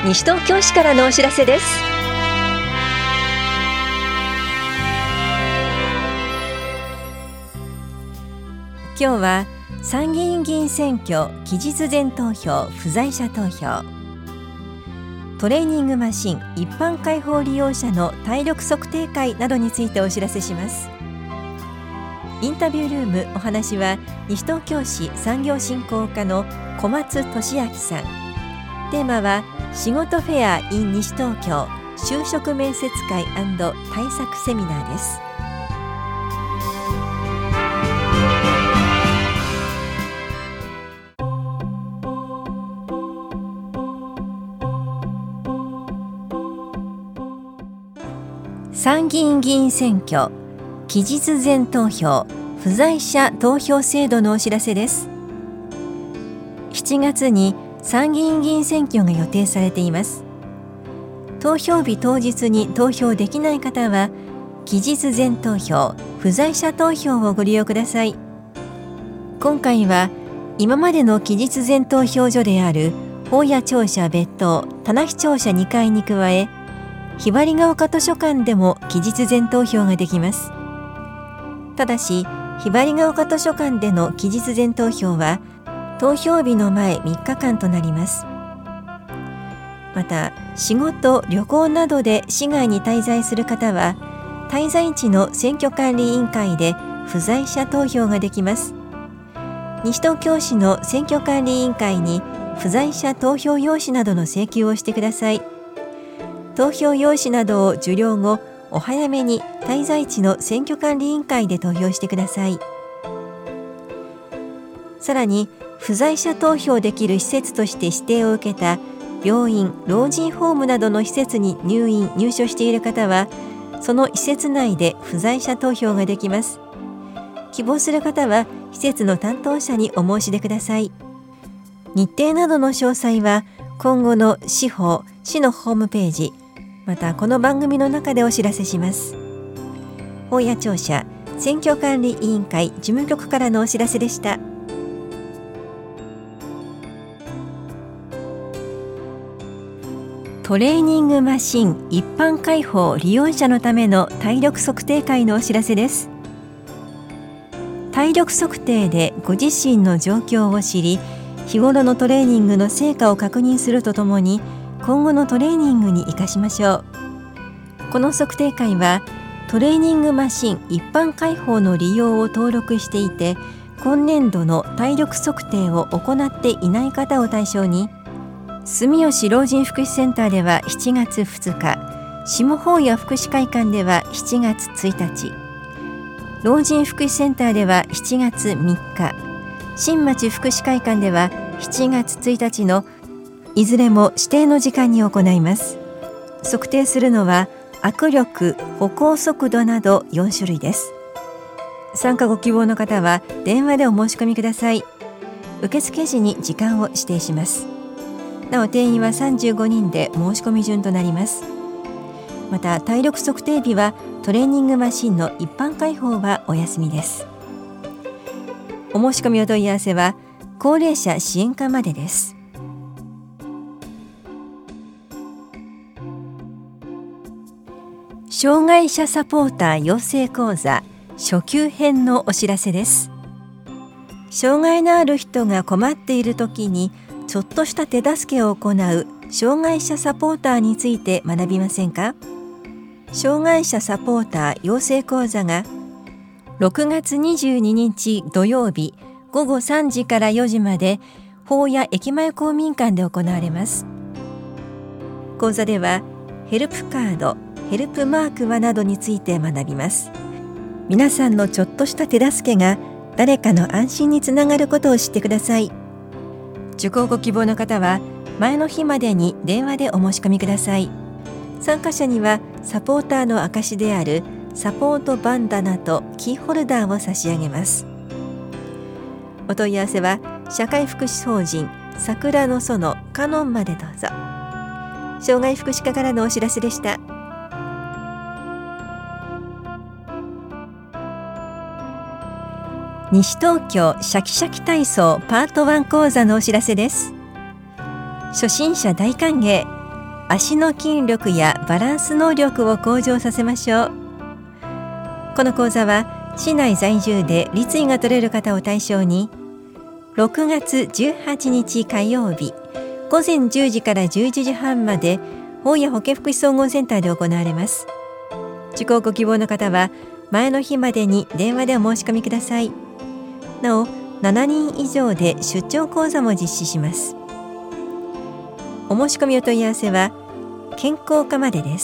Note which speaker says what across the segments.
Speaker 1: 西東京市からのお知らせです。今日は参議院議員選挙期日前投票不在者投票、トレーニングマシン一般開放利用者の体力測定会などについてお知らせします。インタビュールームお話は西東京市産業振興課の小松俊明さん。テーマは仕事フェア in 西東京就職面接会&対策セミナーです。参議院議員選挙期日前投票不在者投票制度のお知らせです。7月に参議院議員選挙が予定されています。投票日当日に投票できない方は期日前投票不在者投票をご利用ください。今回は今までの期日前投票所である保谷庁舎別当田無庁舎2階に加え、ひばりが丘図書館でも期日前投票ができます。ただしひばりが丘図書館での期日前投票は投票日の前3日間となります。また仕事・旅行などで市外に滞在する方は滞在地の選挙管理委員会で不在者投票ができます。西東京市の選挙管理委員会に不在者投票用紙などの請求をしてください。投票用紙などを受領後、お早めに滞在地の選挙管理委員会で投票してください。さらに不在者投票できる施設として指定を受けた病院・老人ホームなどの施設に入所している方はその施設内で不在者投票ができます。希望する方は施設の担当者にお申し出ください。日程などの詳細は今後の市のホームページ、またこの番組の中でお知らせします。保谷庁舎選挙管理委員会事務局からのお知らせでした。トレーニングマシン一般開放利用者のための体力測定会のお知らせです。体力測定でご自身の状況を知り、日頃のトレーニングの成果を確認するとともに今後のトレーニングに生かしましょう。この測定会はトレーニングマシン一般開放の利用を登録していて今年度の体力測定を行っていない方を対象に、住吉老人福祉センターでは7月2日、下保谷福祉会館では7月1日、老人福祉センターでは7月3日、新町福祉会館では7月1日のいずれも指定の時間に行います。測定するのは握力、歩行速度など4種類です。参加ご希望の方は電話でお申し込みください。受付時に時間を指定します。なお定員は35人で申し込み順となります。また体力測定日はトレーニングマシンの一般開放はお休みです。お申し込みお問い合わせは高齢者支援課までです。障害者サポーター養成講座初級編のお知らせです。障害のある人が困っているときにちょっとした手助けを行う障害者サポーターについて学びませんか？障害者サポーター養成講座が6月22日土曜日午後3時から4時まで保谷駅前公民館で行われます。講座ではヘルプカード、ヘルプマークはなどについて学びます。皆さんのちょっとした手助けが誰かの安心につながることを知ってください。受講ご希望の方は前の日までに電話でお申し込みください。参加者にはサポーターの証であるサポートバンダナとキーホルダーを差し上げます。お問い合わせは社会福祉法人桜の園カノンまでどうぞ。障害福祉課からのお知らせでした。西東京シャキシャキ体操パート1講座のお知らせです。初心者大歓迎。 足の筋力やバランス能力を向上させましょう。この講座は市内在住で立位が取れる方を対象に6月18日火曜日午前10時から11時半まで保谷保健福祉総合センターで行われます。受講ご希望の方は前の日までに電話でお申し込みください。なお7人以上で出張講座も実施します。お申し込みお問い合わせは健康課までです。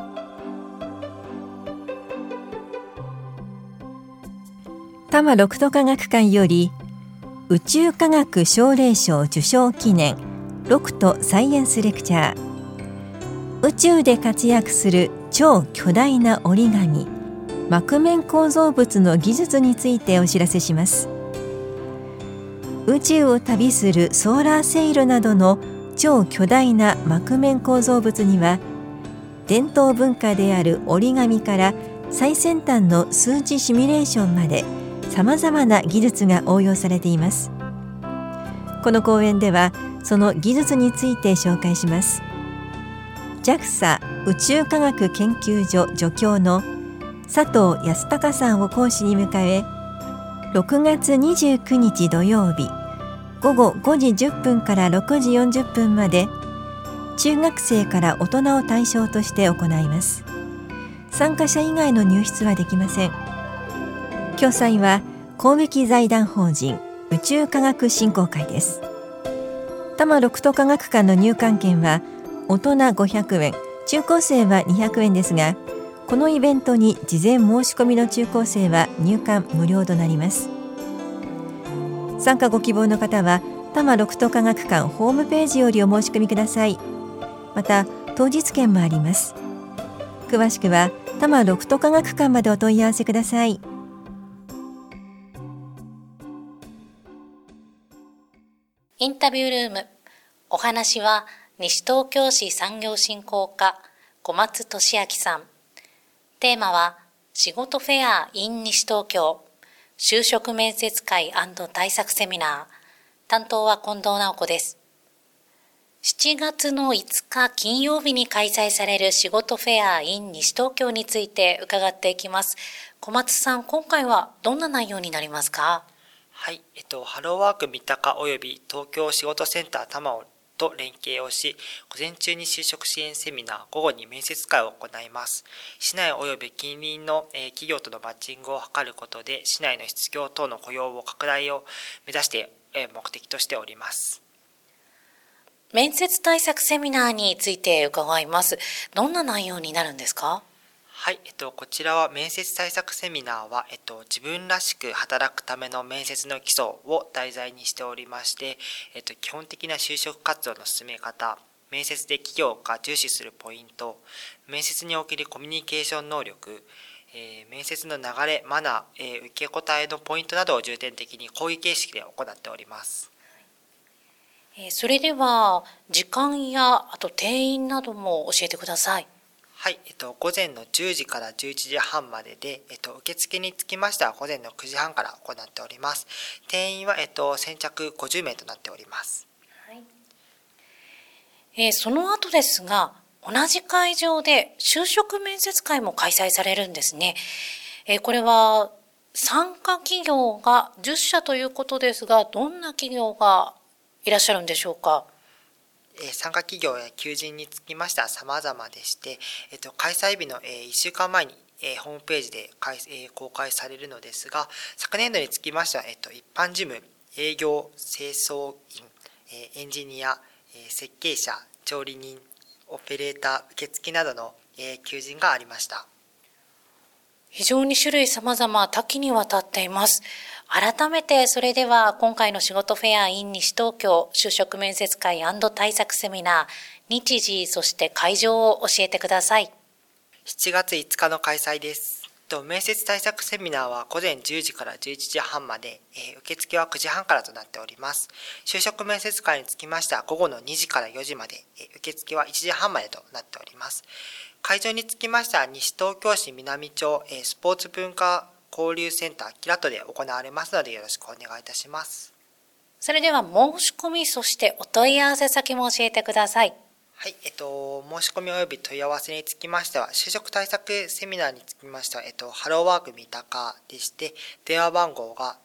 Speaker 1: 多摩六都科学館より宇宙科学奨励賞受賞記念六都サイエンスレクチャー、宇宙で活躍する超巨大な折り紙膜面構造物の技術についてお知らせします。宇宙を旅するソーラーセイルなどの超巨大な膜面構造物には伝統文化である折り紙から最先端の数値シミュレーションまでさまざまな技術が応用されています。この講演ではその技術について紹介します。 JAXA 宇宙科学研究所助教の佐藤康隆さんを講師に迎え、6月29日土曜日午後5時10分から6時40分まで中学生から大人を対象として行います。参加者以外の入室はできません。共催は公益財団法人宇宙科学振興会です。多摩六都科学館の入館券は大人500円、中高生は200円ですが、このイベントに事前申し込みの中高生は入館無料となります。参加ご希望の方は多摩六都科学館ホームページよりお申し込みください。また当日券もあります。詳しくは多摩六都科学館までお問い合わせください。
Speaker 2: インタビュールーム。お話は西東京市産業振興課小松俊明さん。テーマは仕事フェア in 西東京就職面接会&対策セミナー。担当は近藤直子です。7月の5日金曜日に開催される仕事フェア in 西東京について伺っていきます。小松さん、今回はどんな内容になりますか？
Speaker 3: はい、ハローワーク三鷹および東京仕事センター多摩と連携をし、午前中に就職支援セミナー、午後に面接会を行います。市内および近隣の企業とのマッチングを図ることで、市内の失業等の雇用を拡大を目指して目的としております。
Speaker 2: 面接対策セミナーについて伺います。どんな内容になるんですか？
Speaker 3: はい、こちらは面接対策セミナーは、自分らしく働くための面接の基礎を題材にしておりまして、基本的な就職活動の進め方、面接で企業が重視するポイント、面接におけるコミュニケーション能力、面接の流れ、マナー、受け答えのポイントなどを重点的に講義形式で行っております。
Speaker 2: それでは時間やあと定員なども教えてください。
Speaker 3: はい、午前の10時から11時半までで、受付につきましては午前の9時半から行っております。定員は、先着50名となっております。
Speaker 2: はい。その後ですが、同じ会場で就職面接会も開催されるんですね。これは参加企業が10社ということですが、どんな企業がいらっしゃるんでしょうか？
Speaker 3: 参加企業や求人につきましては様々でして、開催日の1週間前にホームページで公開されるのですが、昨年度につきましては一般事務、営業、清掃員、エンジニア、設計者、調理人、オペレーター、受付などの求人がありました。
Speaker 2: 非常に種類様々多岐にわたっています。改めてそれでは今回の仕事フェア in 西東京就職面接会&対策セミナー、日時そして会場を教えてください。
Speaker 3: 7月5日の開催です。面接対策セミナーは午前10時から11時半まで、受付は9時半からとなっております。就職面接会につきましては午後の2時から4時まで、受付は1時半までとなっております。会場につきましては西東京市南町スポーツ文化交流センターキラトで行われますのでよろしくお願いいたします。
Speaker 2: それでは申し込みそしてお問い合わせ先も教えてください。
Speaker 3: はい、申し込み及び問い合わせにつきましては、就職対策セミナーにつきましては、ハローワーク三鷹でして、電話番号が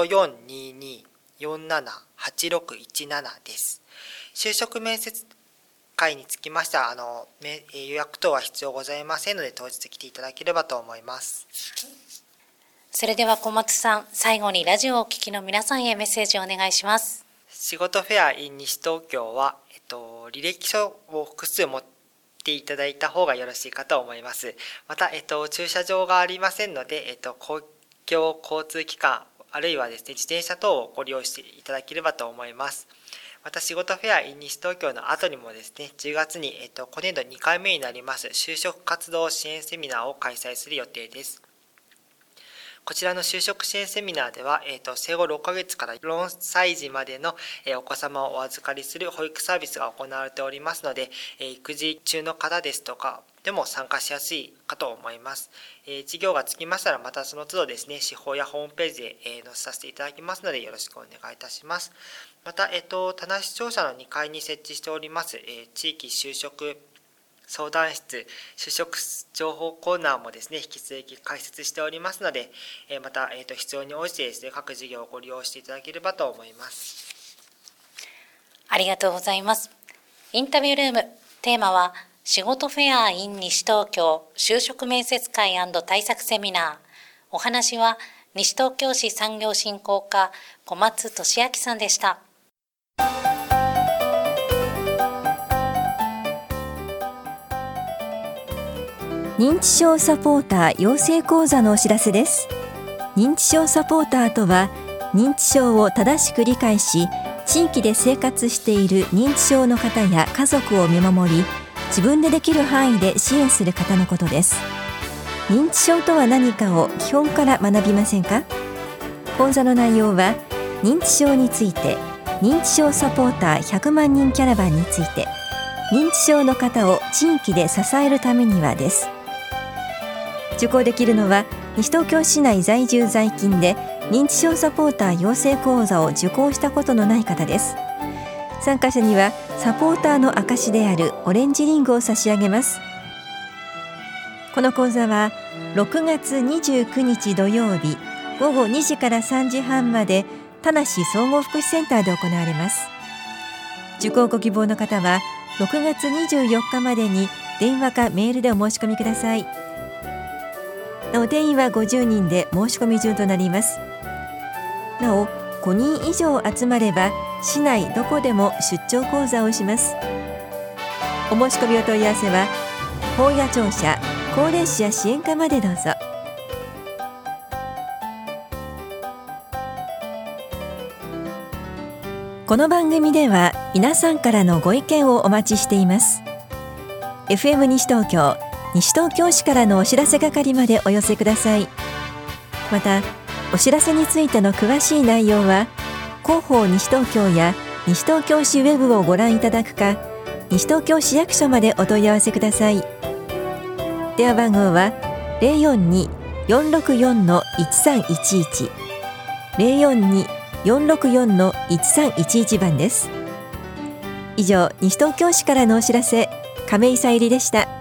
Speaker 3: 0422-478617 です。就職面接会につきましては、予約等は必要ございませんので、当日来ていただければと思います。
Speaker 2: それでは小松さん、最後にラジオをお聞きの皆さんへメッセージをお願いします。
Speaker 3: 仕事フェア in 西東京は、履歴書を複数持っていただいた方がよろしいかと思います。また、駐車場がありませんので、公共交通機関、あるいはですね、自転車等をご利用していただければと思います。また、仕事フェア in 西東京の後にもですね、10月に、今年度2回目になります就職活動支援セミナーを開催する予定です。こちらの就職支援セミナーでは、生後6ヶ月から4歳児までのお子様をお預かりする保育サービスが行われておりますので、育児中の方ですとかでも参加しやすいかと思います。事業がつきましたら、またその都度ですね、手法やホームページで載せさせていただきますので、よろしくお願いいたします。また、棚視聴者の2階に設置しております、地域就職相談室、就職情報コーナーもですね、引き続き開設しておりますので、また、必要に応じてですね、各事業をご利用していただければと思います。
Speaker 2: ありがとうございます。インタビュールーム、テーマは、仕事フェア in 西東京就職面接会&対策セミナー。お話は、西東京市産業振興課、小松俊明さんでした。
Speaker 1: 認知症サポーター養成講座のお知らせです。認知症サポーターとは、認知症を正しく理解し、地域で生活している認知症の方や家族を見守り、自分でできる範囲で支援する方のことです。認知症とは何かを基本から学びませんか？講座の内容は、認知症について、認知症サポーター100万人キャラバンについて、認知症の方を地域で支えるためにはです。受講できるのは、西東京市内在住在勤で認知症サポーター養成講座を受講したことのない方です。参加者にはサポーターの証であるオレンジリングを差し上げます。この講座は6月29日土曜日午後2時から3時半まで田無総合福祉センターで行われます。受講ご希望の方は6月24日までに電話かメールでお申し込みください。なお、定員は50人で申し込み順となります。なお、5人以上集まれば市内どこでも出張講座をします。お申し込みお問い合わせは法や庁舎高齢者支援課までどうぞ。この番組では皆さんからのご意見をお待ちしています。 FM 西東京西東京市からのお知らせ係までお寄せください。また、お知らせについての詳しい内容は広報西東京や西東京市ウェブをご覧いただくか、西東京市役所までお問い合わせください。電話番号は 042-464-1311 042-464-1311 番です。以上、西東京市からのお知らせ、亀井さゆりでした。